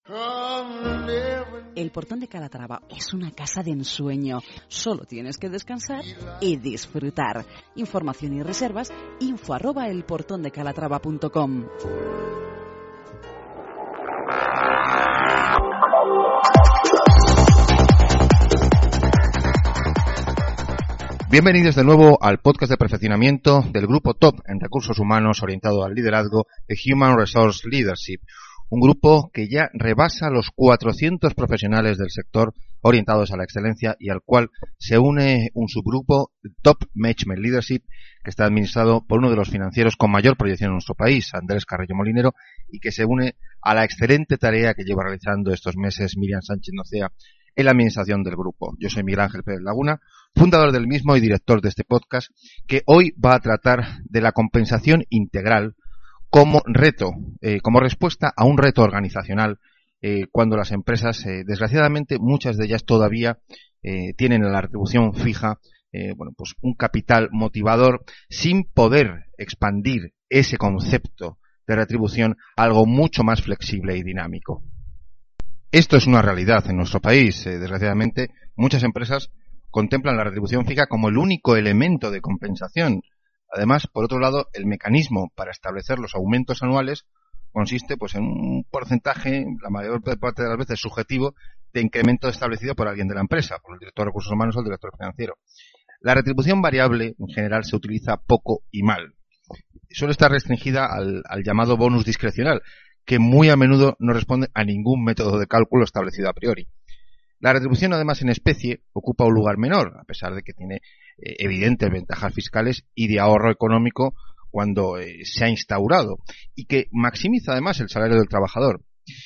El Portón de Calatrava es una casa de ensueño. Solo tienes que descansar y disfrutar. Información y reservas, info@elportondecalatrava.com. Bienvenidos de nuevo al podcast de perfeccionamiento del grupo TOP en recursos humanos orientado al liderazgo de Human Resource Leadership. Un grupo que ya rebasa los 400 profesionales del sector orientados a la excelencia y al cual se une un subgrupo, Top Management Leadership, que está administrado por uno de los financieros con mayor proyección en nuestro país, Andrés Carrillo Molinero, y que se une a la excelente tarea que lleva realizando estos meses Miriam Sánchez Nocea en la administración del grupo. Yo soy Miguel Ángel Pérez Laguna, fundador del mismo y director de este podcast, que hoy va a tratar de la compensación integral como reto, como respuesta a un reto organizacional, cuando las empresas, desgraciadamente, muchas de ellas todavía tienen en la retribución fija, pues un capital motivador sin poder expandir ese concepto de retribución a algo mucho más flexible y dinámico. Esto es una realidad en nuestro país. Desgraciadamente, muchas empresas contemplan la retribución fija como el único elemento de compensación. Además, por otro lado, el mecanismo para establecer los aumentos anuales consiste pues en un porcentaje, la mayor parte de las veces subjetivo, de incremento establecido por alguien de la empresa, por el director de recursos humanos o el director financiero. La retribución variable, en general, se utiliza poco y mal. Suele estar restringida al llamado bonus discrecional, que muy a menudo no responde a ningún método de cálculo establecido a priori. La retribución, además, en especie, ocupa un lugar menor, a pesar de que tiene evidentes ventajas fiscales y de ahorro económico cuando se ha instaurado, y que maximiza, además, el salario del trabajador.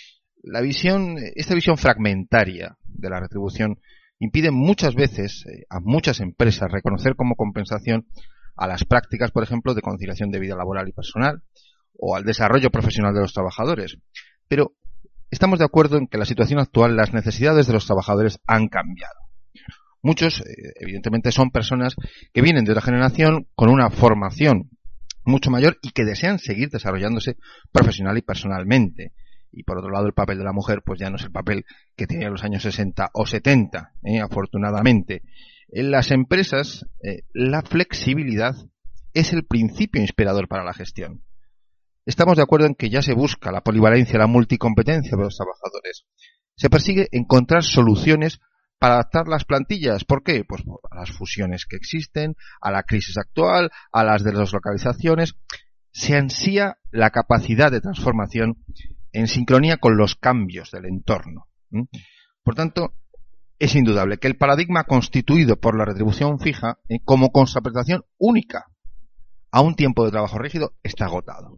Esta visión fragmentaria de la retribución impide muchas veces a muchas empresas reconocer como compensación a las prácticas, por ejemplo, de conciliación de vida laboral y personal, o al desarrollo profesional de los trabajadores. Pero estamos de acuerdo en que en la situación actual las necesidades de los trabajadores han cambiado. Muchos, evidentemente, son personas que vienen de otra generación con una formación mucho mayor y que desean seguir desarrollándose profesional y personalmente. Y por otro lado, el papel de la mujer pues ya no es el papel que tenía en los años 60 o 70, afortunadamente. En las empresas, la flexibilidad es el principio inspirador para la gestión. Estamos de acuerdo en que ya se busca la polivalencia, la multicompetencia de los trabajadores. Se persigue encontrar soluciones para adaptar las plantillas. ¿Por qué? Pues a las fusiones que existen, a la crisis actual, a las de las localizaciones. Se ansía la capacidad de transformación en sincronía con los cambios del entorno. Por tanto, es indudable que el paradigma constituido por la retribución fija como contraprestación única a un tiempo de trabajo rígido está agotado.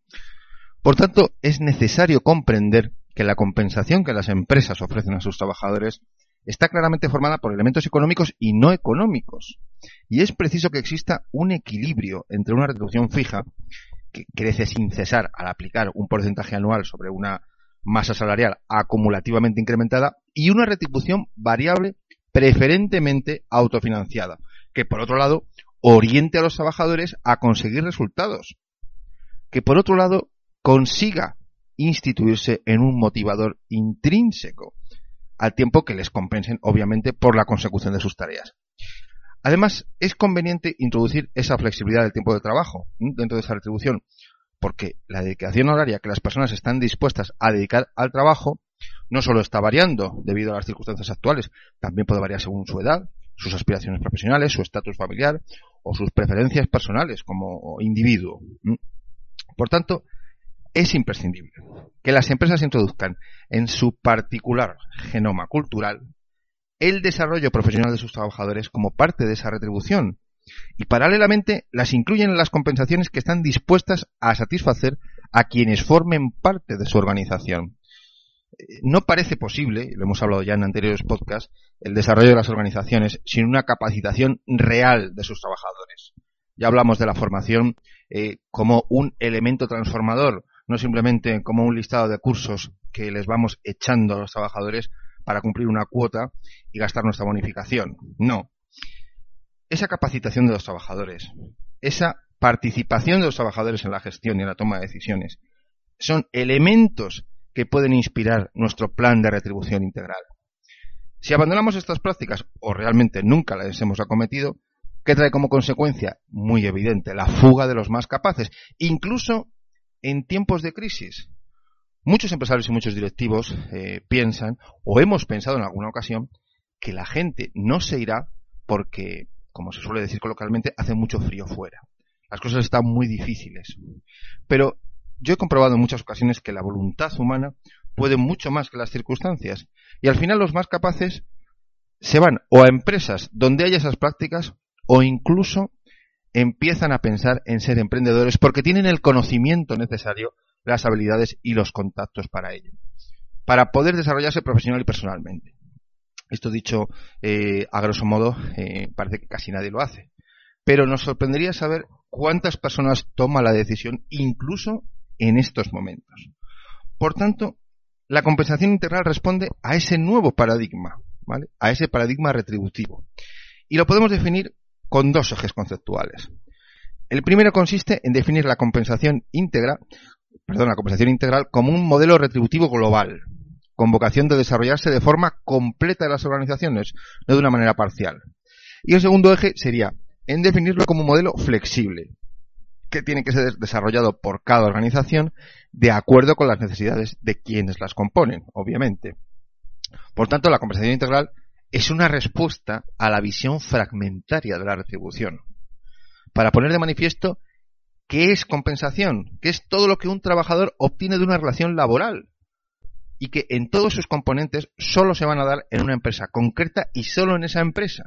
Por tanto, es necesario comprender que la compensación que las empresas ofrecen a sus trabajadores está claramente formada por elementos económicos y no económicos. Y es preciso que exista un equilibrio entre una retribución fija, que crece sin cesar al aplicar un porcentaje anual sobre una masa salarial acumulativamente incrementada, y una retribución variable preferentemente autofinanciada, que por otro lado oriente a los trabajadores a conseguir resultados, que por otro lado consiga instituirse en un motivador intrínseco, al tiempo que les compensen, obviamente, por la consecución de sus tareas. Además, es conveniente introducir esa flexibilidad del tiempo de trabajo dentro de esa retribución, porque la dedicación horaria que las personas están dispuestas a dedicar al trabajo no solo está variando debido a las circunstancias actuales, también puede variar según su edad, sus aspiraciones profesionales, su estatus familiar o sus preferencias personales como individuo. Por tanto, es imprescindible que las empresas introduzcan en su particular genoma cultural el desarrollo profesional de sus trabajadores como parte de esa retribución, y paralelamente las incluyen en las compensaciones que están dispuestas a satisfacer a quienes formen parte de su organización. No parece posible, lo hemos hablado ya en anteriores podcasts, el desarrollo de las organizaciones sin una capacitación real de sus trabajadores. Ya hablamos de la formación como un elemento transformador, no simplemente como un listado de cursos que les vamos echando a los trabajadores para cumplir una cuota y gastar nuestra bonificación. No. Esa capacitación de los trabajadores, esa participación de los trabajadores en la gestión y en la toma de decisiones, son elementos que que pueden inspirar nuestro plan de retribución integral. Si abandonamos estas prácticas, o realmente nunca las hemos acometido, ¿qué trae como consecuencia? Muy evidente, la fuga de los más capaces, incluso en tiempos de crisis. Muchos empresarios y muchos directivos piensan, o hemos pensado en alguna ocasión, que la gente no se irá porque, como se suele decir coloquialmente, hace mucho frío fuera. Las cosas están muy difíciles. Pero yo he comprobado en muchas ocasiones que la voluntad humana puede mucho más que las circunstancias. Y al final los más capaces se van o a empresas donde hay esas prácticas o incluso empiezan a pensar en ser emprendedores porque tienen el conocimiento necesario, las habilidades y los contactos para ello, para poder desarrollarse profesional y personalmente. Esto dicho a grosso modo, parece que casi nadie lo hace. Pero nos sorprendería saber cuántas personas toman la decisión incluso en estos momentos. Por tanto, la compensación integral responde a ese nuevo paradigma, ¿vale? A ese paradigma retributivo. Y lo podemos definir con dos ejes conceptuales. El primero consiste en definir la compensación integral como un modelo retributivo global, con vocación de desarrollarse de forma completa de las organizaciones, no de una manera parcial. Y el segundo eje sería en definirlo como un modelo flexible, que tiene que ser desarrollado por cada organización de acuerdo con las necesidades de quienes las componen, obviamente. Por tanto, la compensación integral es una respuesta a la visión fragmentaria de la retribución, para poner de manifiesto qué es compensación, qué es todo lo que un trabajador obtiene de una relación laboral, y que en todos sus componentes solo se van a dar en una empresa concreta y solo en esa empresa.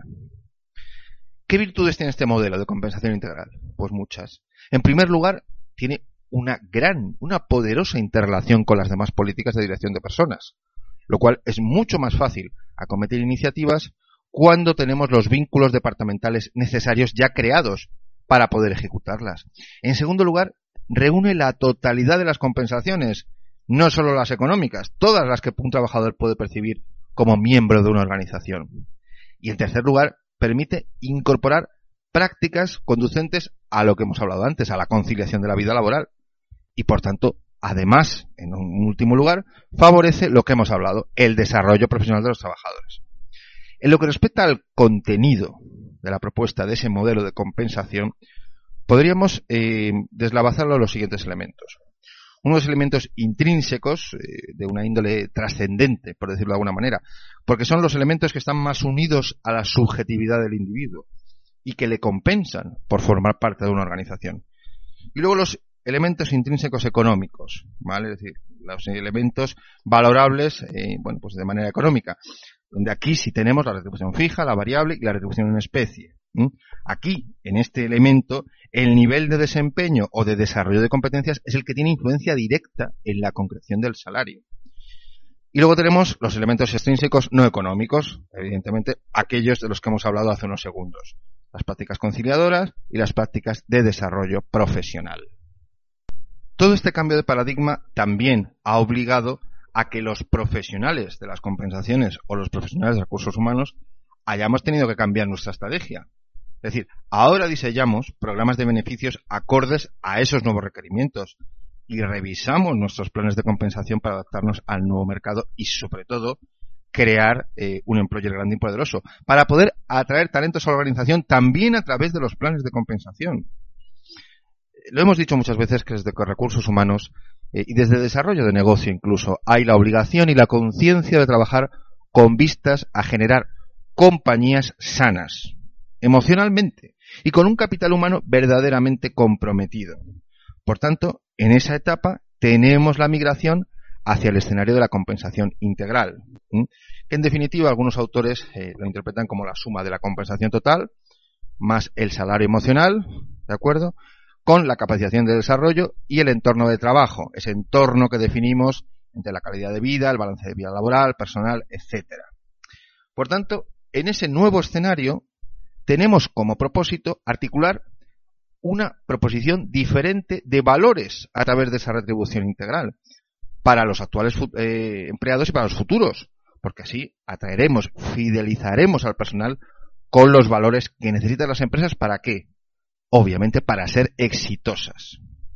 ¿Qué virtudes tiene este modelo de compensación integral? Pues muchas. En primer lugar, tiene una poderosa interrelación con las demás políticas de dirección de personas, lo cual es mucho más fácil acometer iniciativas cuando tenemos los vínculos departamentales necesarios ya creados para poder ejecutarlas. En segundo lugar, reúne la totalidad de las compensaciones, no solo las económicas, todas las que un trabajador puede percibir como miembro de una organización. Y en tercer lugar, permite incorporar prácticas conducentes a lo que hemos hablado antes, a la conciliación de la vida laboral. Y por tanto, además, en un último lugar, favorece lo que hemos hablado, el desarrollo profesional de los trabajadores. En lo que respecta al contenido de la propuesta de ese modelo de compensación, podríamos deslavazarlo a los siguientes elementos. Unos elementos intrínsecos de una índole trascendente, por decirlo de alguna manera, porque son los elementos que están más unidos a la subjetividad del individuo y que le compensan por formar parte de una organización. Y luego los elementos intrínsecos económicos, ¿vale? Es decir, los elementos valorables, pues de manera económica, donde aquí sí tenemos la retribución fija, la variable y la retribución en especie. Aquí, en este elemento, el nivel de desempeño o de desarrollo de competencias es el que tiene influencia directa en la concreción del salario. Y luego tenemos los elementos extrínsecos no económicos, evidentemente aquellos de los que hemos hablado hace unos segundos, las prácticas conciliadoras y las prácticas de desarrollo profesional. Todo este cambio de paradigma también ha obligado a que los profesionales de las compensaciones o los profesionales de recursos humanos hayamos tenido que cambiar nuestra estrategia. Es decir, ahora diseñamos programas de beneficios acordes a esos nuevos requerimientos y revisamos nuestros planes de compensación para adaptarnos al nuevo mercado y, sobre todo, crear un employer grande y poderoso para poder atraer talentos a la organización también a través de los planes de compensación. Lo hemos dicho muchas veces que desde recursos humanos y desde desarrollo de negocio incluso hay la obligación y la conciencia de trabajar con vistas a generar compañías sanas, emocionalmente, y con un capital humano verdaderamente comprometido. Por tanto, en esa etapa tenemos la migración hacia el escenario de la compensación integral, que en definitiva algunos autores lo interpretan como la suma de la compensación total más el salario emocional, ¿de acuerdo?, con la capacitación de desarrollo y el entorno de trabajo, ese entorno que definimos entre la calidad de vida, el balance de vida laboral, personal, etcétera. Por tanto, en ese nuevo escenario tenemos como propósito articular una proposición diferente de valores a través de esa retribución integral para los actuales empleados y para los futuros, porque así atraeremos, fidelizaremos al personal con los valores que necesitan las empresas. ¿Para qué? Obviamente para ser exitosas.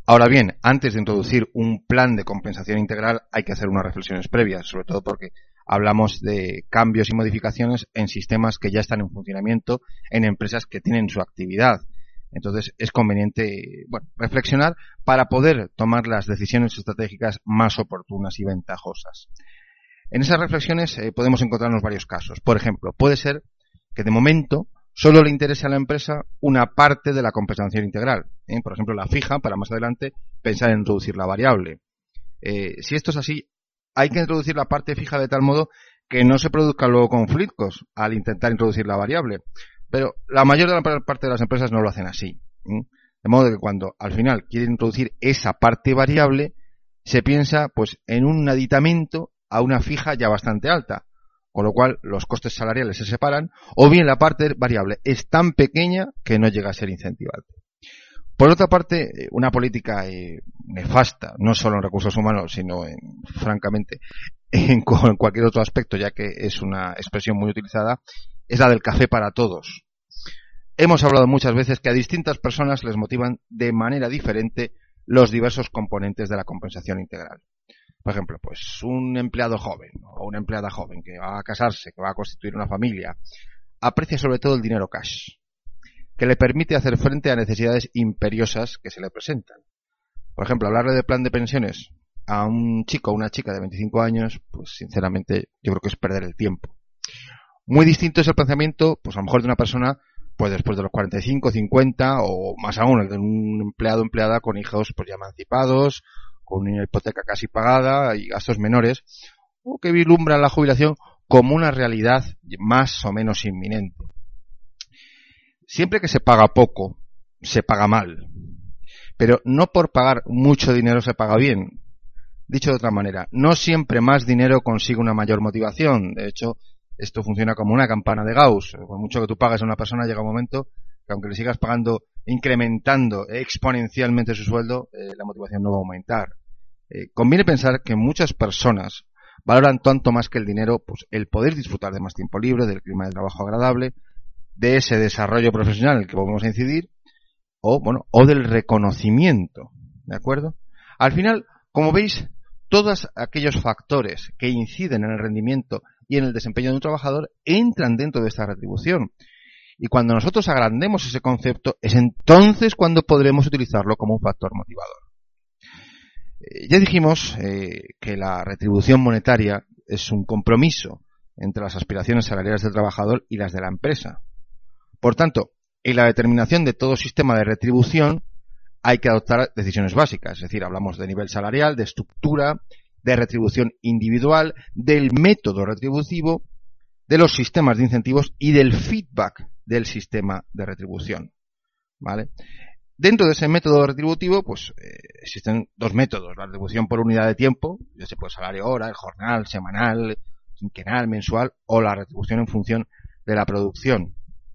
Ahora bien, antes de introducir un plan de compensación integral hay que hacer unas reflexiones previas, sobre todo porque hablamos de cambios y modificaciones en sistemas que ya están en funcionamiento en empresas que tienen su actividad. Entonces es conveniente, reflexionar para poder tomar las decisiones estratégicas más oportunas y ventajosas. En esas reflexiones podemos encontrarnos varios casos. Por ejemplo, puede ser que de momento solo le interese a la empresa una parte de la compensación integral. Por ejemplo, la fija, para más adelante pensar en introducir la variable. Si esto es así, hay que introducir la parte fija de tal modo que no se produzcan luego conflictos al intentar introducir la variable. Pero la mayor parte de las empresas no lo hacen así. De modo que cuando al final quieren introducir esa parte variable, se piensa pues en un aditamento a una fija ya bastante alta, con lo cual los costes salariales se separan, o bien la parte variable es tan pequeña que no llega a ser incentivante. Por otra parte, una política nefasta, no solo en recursos humanos, sino francamente en cualquier otro aspecto, ya que es una expresión muy utilizada, es la del café para todos. Hemos hablado muchas veces que a distintas personas les motivan de manera diferente los diversos componentes de la compensación integral. Por ejemplo, pues un empleado joven o una empleada joven que va a casarse, que va a constituir una familia, aprecia sobre todo el dinero cash, que le permite hacer frente a necesidades imperiosas que se le presentan. Por ejemplo, hablarle de plan de pensiones a un chico o una chica de 25 años, pues sinceramente yo creo que es perder el tiempo. Muy distinto es el pensamiento, pues a lo mejor de una persona, pues después de los 45, 50 o más aún el de un empleado o empleada con hijos pues ya emancipados, con una hipoteca casi pagada y gastos menores, o que vislumbran la jubilación como una realidad más o menos inminente. Siempre que se paga poco, se paga mal. Pero no por pagar mucho dinero se paga bien. Dicho de otra manera, no siempre más dinero consigue una mayor motivación. De hecho, esto funciona como una campana de Gauss. Por mucho que tú pagues a una persona, llega un momento que aunque le sigas pagando, incrementando exponencialmente su sueldo, la motivación no va a aumentar. Conviene pensar que muchas personas valoran tanto más que el dinero, pues el poder disfrutar de más tiempo libre, del clima de trabajo agradable, de ese desarrollo profesional en el que podemos incidir, o del reconocimiento, ¿de acuerdo? Al final, como veis, todos aquellos factores que inciden en el rendimiento y en el desempeño de un trabajador entran dentro de esta retribución. Y cuando nosotros agrandemos ese concepto, es entonces cuando podremos utilizarlo como un factor motivador. Ya dijimos que la retribución monetaria es un compromiso entre las aspiraciones salariales del trabajador y las de la empresa. Por tanto, en la determinación de todo sistema de retribución hay que adoptar decisiones básicas, es decir, hablamos de nivel salarial, de estructura, de retribución individual, del método retributivo, de los sistemas de incentivos y del feedback del sistema de retribución, ¿vale? Dentro de ese método retributivo, pues existen dos métodos: la retribución por unidad de tiempo, ya sea por salario hora, el jornal, semanal, quinquenal, mensual, o la retribución en función de la producción.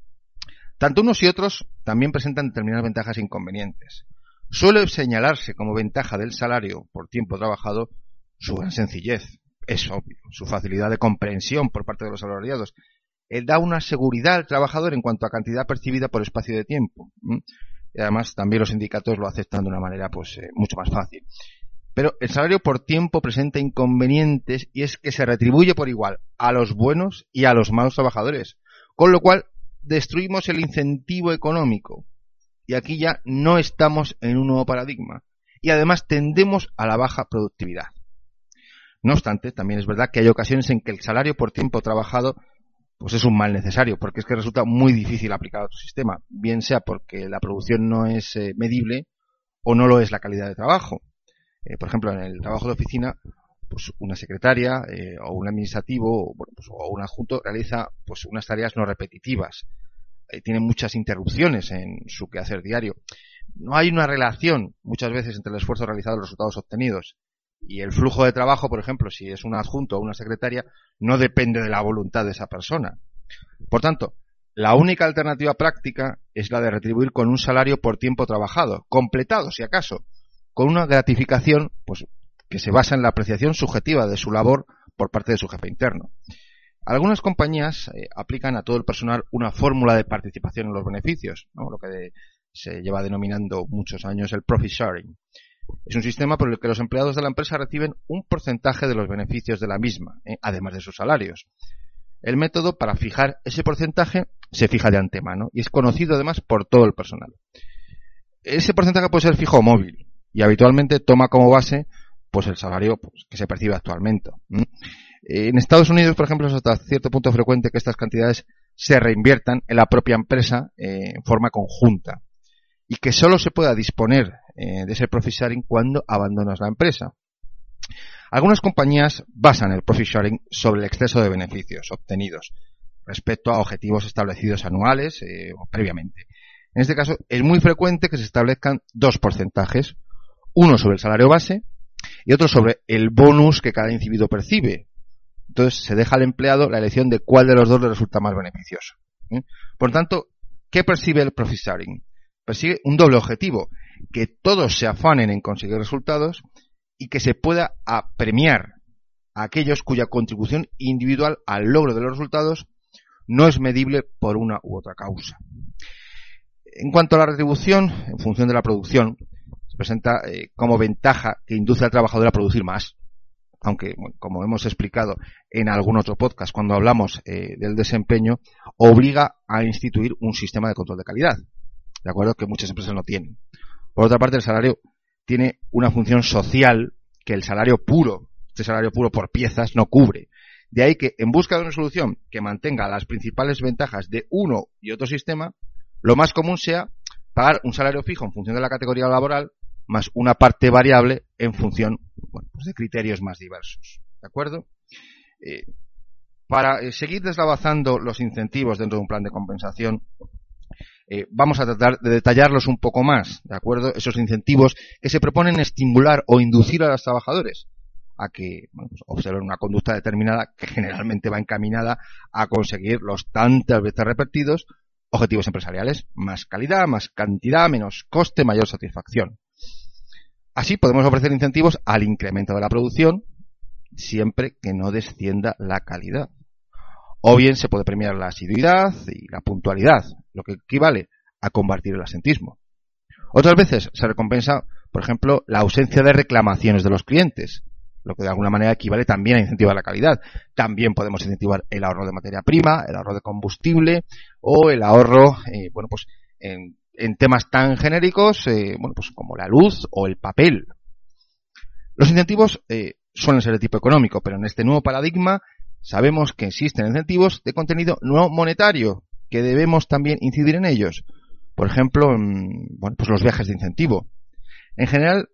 Tanto unos y otros también presentan determinadas ventajas e inconvenientes. Suele señalarse como ventaja del salario por tiempo trabajado su gran sencillez, es obvio, su facilidad de comprensión por parte de los asalariados. Da una seguridad al trabajador en cuanto a cantidad percibida por espacio de tiempo. Y además también los sindicatos lo aceptan de una manera mucho más fácil. Pero el salario por tiempo presenta inconvenientes, y es que se retribuye por igual a los buenos y a los malos trabajadores, con lo cual destruimos el incentivo económico. Y aquí ya no estamos en un nuevo paradigma. Y además tendemos a la baja productividad. No obstante, también es verdad que hay ocasiones en que el salario por tiempo trabajado pues es un mal necesario, porque es que resulta muy difícil aplicar a otro sistema, bien sea porque la producción no es medible o no lo es la calidad de trabajo. Por ejemplo, en el trabajo de oficina, pues una secretaria o un administrativo o un adjunto realiza pues unas tareas no repetitivas. Tiene muchas interrupciones en su quehacer diario. No hay una relación muchas veces entre el esfuerzo realizado y los resultados obtenidos. Y el flujo de trabajo, por ejemplo, si es un adjunto o una secretaria, no depende de la voluntad de esa persona. Por tanto, la única alternativa práctica es la de retribuir con un salario por tiempo trabajado, completado si acaso, con una gratificación pues que se basa en la apreciación subjetiva de su labor por parte de su jefe interno. Algunas compañías aplican a todo el personal una fórmula de participación en los beneficios, ¿no? Lo que se lleva denominando muchos años el profit sharing. Es un sistema por el que los empleados de la empresa reciben un porcentaje de los beneficios de la misma, además de sus salarios. El método para fijar ese porcentaje se fija de antemano y es conocido además por todo el personal. Ese porcentaje puede ser fijo o móvil y habitualmente toma como base pues el salario que se percibe actualmente. En Estados Unidos, por ejemplo, es hasta cierto punto frecuente que estas cantidades se reinviertan en la propia empresa en forma conjunta y que solo se pueda disponer de ese profit sharing cuando abandonas la empresa. Algunas compañías basan el profit sharing sobre el exceso de beneficios obtenidos respecto a objetivos establecidos anuales o previamente. En este caso, es muy frecuente que se establezcan dos porcentajes, uno sobre el salario base y otro sobre el bonus que cada individuo percibe. Entonces, se deja al empleado la elección de cuál de los dos le resulta más beneficioso. Por lo tanto, ¿qué persigue el profit sharing? Persigue un doble objetivo, que todos se afanen en conseguir resultados y que se pueda premiar a aquellos cuya contribución individual al logro de los resultados no es medible por una u otra causa. En cuanto a la retribución, en función de la producción, se presenta como ventaja que induce al trabajador a producir más. Aunque, bueno, como hemos explicado en algún otro podcast cuando hablamos del desempeño, obliga a instituir un sistema de control de calidad, de acuerdo, que muchas empresas no tienen. Por otra parte, el salario tiene una función social que el salario puro, este salario puro por piezas, no cubre. De ahí que, en busca de una solución que mantenga las principales ventajas de uno y otro sistema, lo más común sea pagar un salario fijo en función de la categoría laboral más una parte variable en función, bueno, pues de criterios más diversos. ¿De acuerdo? Para seguir deslavazando los incentivos dentro de un plan de compensación, vamos a tratar de detallarlos un poco más, ¿de acuerdo? Esos incentivos que se proponen estimular o inducir a los trabajadores a que, bueno, pues observen una conducta determinada que generalmente va encaminada a conseguir los tantas veces repetidos objetivos empresariales: más calidad, más cantidad, menos coste, mayor satisfacción. Así podemos ofrecer incentivos al incremento de la producción siempre que no descienda la calidad. O bien se puede premiar la asiduidad y la puntualidad, lo que equivale a combatir el absentismo. Otras veces se recompensa, por ejemplo, la ausencia de reclamaciones de los clientes, lo que de alguna manera equivale también a incentivar la calidad. También podemos incentivar el ahorro de materia prima, el ahorro de combustible o el ahorro, bueno, pues en temas tan genéricos, bueno, pues como la luz o el papel. Los incentivos suelen ser de tipo económico, pero en este nuevo paradigma sabemos que existen incentivos de contenido no monetario, que debemos también incidir en ellos. Por ejemplo, bueno, pues los viajes de incentivo. En general,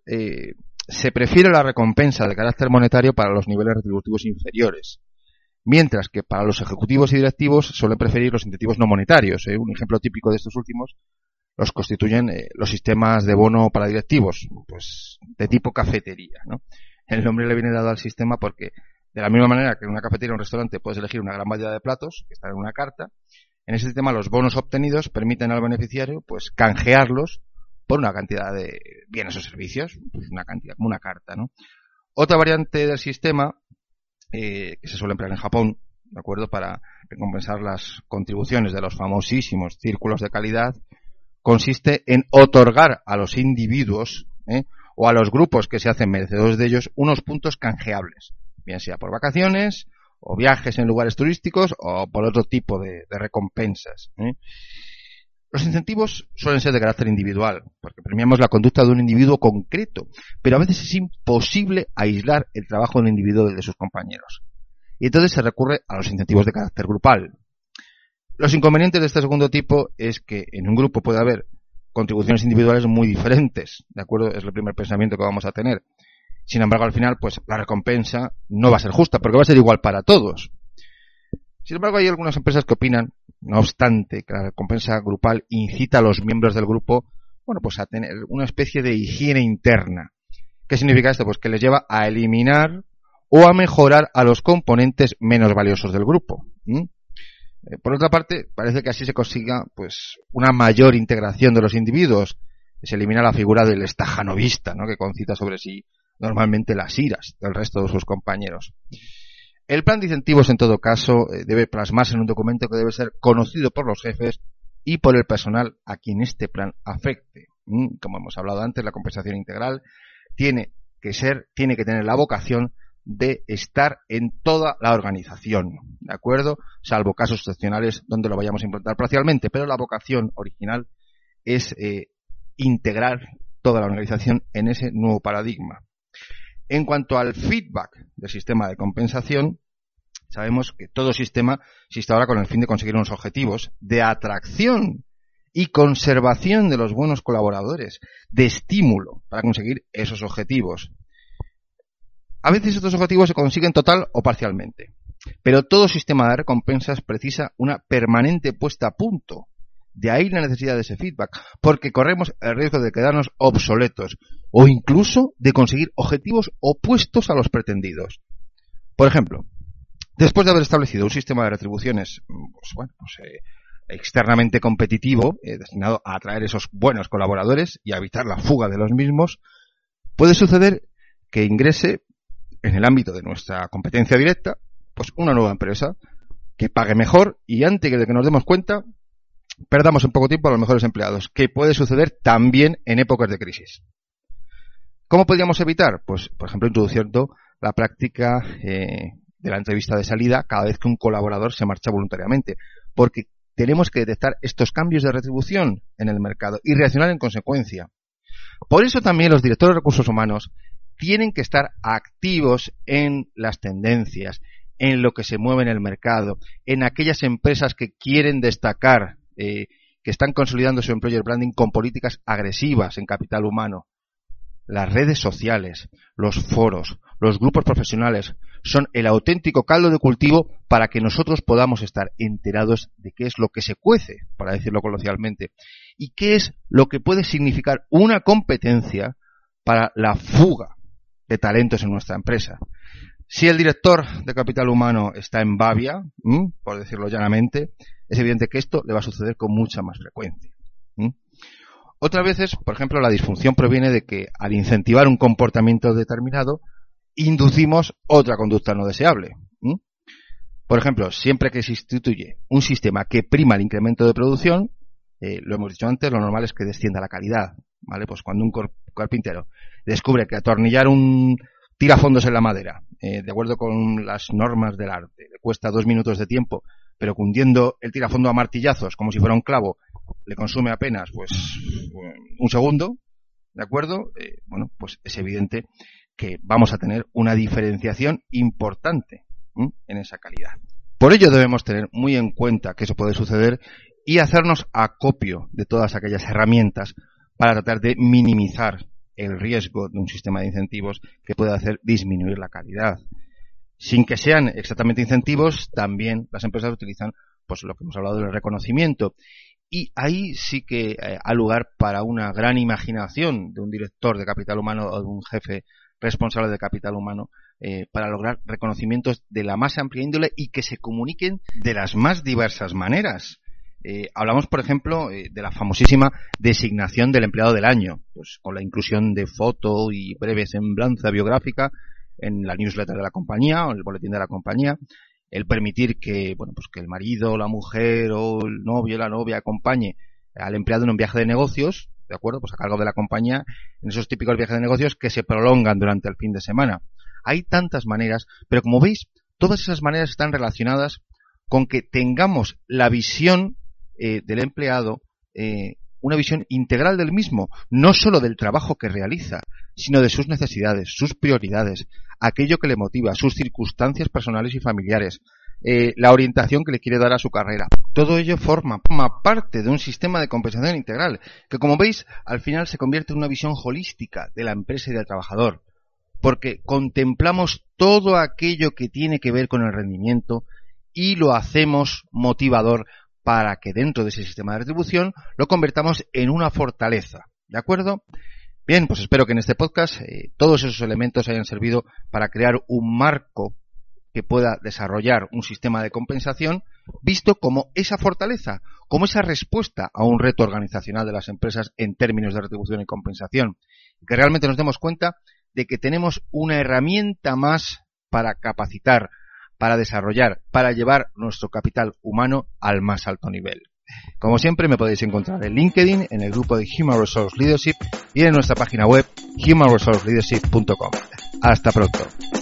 se prefiere la recompensa de carácter monetario para los niveles retributivos inferiores, mientras que para los ejecutivos y directivos suelen preferir los incentivos no monetarios. Un ejemplo típico de estos últimos los constituyen los sistemas de bono para directivos, pues de tipo cafetería, ¿no? El nombre le viene dado al sistema porque, de la misma manera que en una cafetería o un restaurante puedes elegir una gran variedad de platos que están en una carta, en ese sistema los bonos obtenidos permiten al beneficiario pues canjearlos por una cantidad de bienes o servicios, pues una cantidad, como una carta, ¿no? Otra variante del sistema que se suele emplear en Japón, ¿de acuerdo?, para recompensar las contribuciones de los famosísimos círculos de calidad, consiste en otorgar a los individuos o a los grupos que se hacen merecedores de ellos unos puntos canjeables, bien sea por vacaciones o viajes en lugares turísticos o por otro tipo de recompensas. Los incentivos suelen ser de carácter individual, porque premiamos la conducta de un individuo concreto, pero a veces es imposible aislar el trabajo de un individuo del de sus compañeros. Y entonces se recurre a los incentivos de carácter grupal. Los inconvenientes de este segundo tipo es que en un grupo puede haber contribuciones individuales muy diferentes, ¿de acuerdo? Es el primer pensamiento que vamos a tener. Sin embargo, al final, pues la recompensa no va a ser justa, porque va a ser igual para todos. Sin embargo, hay algunas empresas que opinan, no obstante, que la recompensa grupal incita a los miembros del grupo, bueno, pues a tener una especie de higiene interna. ¿Qué significa esto? Pues que les lleva a eliminar o a mejorar a los componentes menos valiosos del grupo. Por otra parte, parece que así se consiga pues una mayor integración de los individuos. Se elimina la figura del estajanovista, ¿no?, que concita sobre sí normalmente las iras del resto de sus compañeros. El plan de incentivos, en todo caso, debe plasmarse en un documento que debe ser conocido por los jefes y por el personal a quien este plan afecte. Como hemos hablado antes, la compensación integral tiene que tener la vocación de estar en toda la organización, ¿de acuerdo? Salvo casos excepcionales donde lo vayamos a implantar parcialmente, pero la vocación original es integrar toda la organización en ese nuevo paradigma. En cuanto al feedback del sistema de compensación, sabemos que todo sistema existe ahora con el fin de conseguir unos objetivos de atracción y conservación de los buenos colaboradores, de estímulo para conseguir esos objetivos. A veces estos objetivos se consiguen total o parcialmente, pero todo sistema de recompensas precisa una permanente puesta a punto. De ahí la necesidad de ese feedback, porque corremos el riesgo de quedarnos obsoletos o incluso de conseguir objetivos opuestos a los pretendidos. Por ejemplo, después de haber establecido un sistema de retribuciones externamente competitivo, destinado a atraer esos buenos colaboradores y a evitar la fuga de los mismos, puede suceder que ingrese en el ámbito de nuestra competencia directa, pues una nueva empresa que pague mejor y antes de que nos demos cuenta, perdamos en poco tiempo a los mejores empleados, que puede suceder también en épocas de crisis. ¿Cómo podríamos evitar? Pues, por ejemplo, introduciendo la práctica de la entrevista de salida cada vez que un colaborador se marcha voluntariamente, porque tenemos que detectar estos cambios de retribución en el mercado y reaccionar en consecuencia. Por eso también los directores de recursos humanos tienen que estar activos en las tendencias, en lo que se mueve en el mercado, en aquellas empresas que quieren destacar, que están consolidando su employer branding con políticas agresivas en capital humano. Las redes sociales, los foros, los grupos profesionales son el auténtico caldo de cultivo para que nosotros podamos estar enterados de qué es lo que se cuece, para decirlo coloquialmente, y qué es lo que puede significar una competencia para la fuga de talentos en nuestra empresa. Si el director de capital humano está en babia, por decirlo llanamente, es evidente que esto le va a suceder con mucha más frecuencia. Otras veces, por ejemplo, la disfunción proviene de que al incentivar un comportamiento determinado, inducimos otra conducta no deseable. Por ejemplo, siempre que se instituye un sistema que prima el incremento de producción, lo hemos dicho antes, lo normal es que descienda la calidad, ¿vale? Pues cuando un carpintero descubre que atornillar un tirafondos en la madera, de acuerdo con las normas del arte, le cuesta 2 minutos de tiempo, pero cundiendo el tirafondo a martillazos como si fuera un clavo, le consume apenas pues 1 segundo, ¿de acuerdo? Pues es evidente que vamos a tener una diferenciación importante en esa calidad. Por ello debemos tener muy en cuenta que eso puede suceder y hacernos acopio de todas aquellas herramientas para tratar de minimizar el riesgo de un sistema de incentivos que puede hacer disminuir la calidad. Sin que sean exactamente incentivos, también las empresas utilizan pues lo que hemos hablado del reconocimiento. Y ahí sí que hay lugar para una gran imaginación de un director de capital humano o de un jefe responsable de capital humano para lograr reconocimientos de la más amplia índole y que se comuniquen de las más diversas maneras. Hablamos, por ejemplo, de la famosísima designación del empleado del año, pues con la inclusión de foto y breve semblanza biográfica en la newsletter de la compañía o en el boletín de la compañía, el permitir que, que el marido, la mujer o el novio o la novia acompañe al empleado en un viaje de negocios, ¿de acuerdo? Pues a cargo de la compañía, en esos típicos viajes de negocios que se prolongan durante el fin de semana. Hay tantas maneras, pero como veis, todas esas maneras están relacionadas con que tengamos la visión del empleado, una visión integral del mismo, no solo del trabajo que realiza, sino de sus necesidades, sus prioridades, aquello que le motiva, sus circunstancias personales y familiares, la orientación que le quiere dar a su carrera. Todo ello forma parte de un sistema de compensación integral, que como veis, al final se convierte en una visión holística de la empresa y del trabajador, porque contemplamos todo aquello que tiene que ver con el rendimiento y lo hacemos motivador para que dentro de ese sistema de retribución lo convertamos en una fortaleza, ¿de acuerdo? Bien, pues espero que en este podcast todos esos elementos hayan servido para crear un marco que pueda desarrollar un sistema de compensación visto como esa fortaleza, como esa respuesta a un reto organizacional de las empresas en términos de retribución y compensación. Que realmente nos demos cuenta de que tenemos una herramienta más para capacitar, para desarrollar, para llevar nuestro capital humano al más alto nivel. Como siempre, me podéis encontrar en LinkedIn, en el grupo de Human Resource Leadership y en nuestra página web humanresourceleadership.com. Hasta pronto.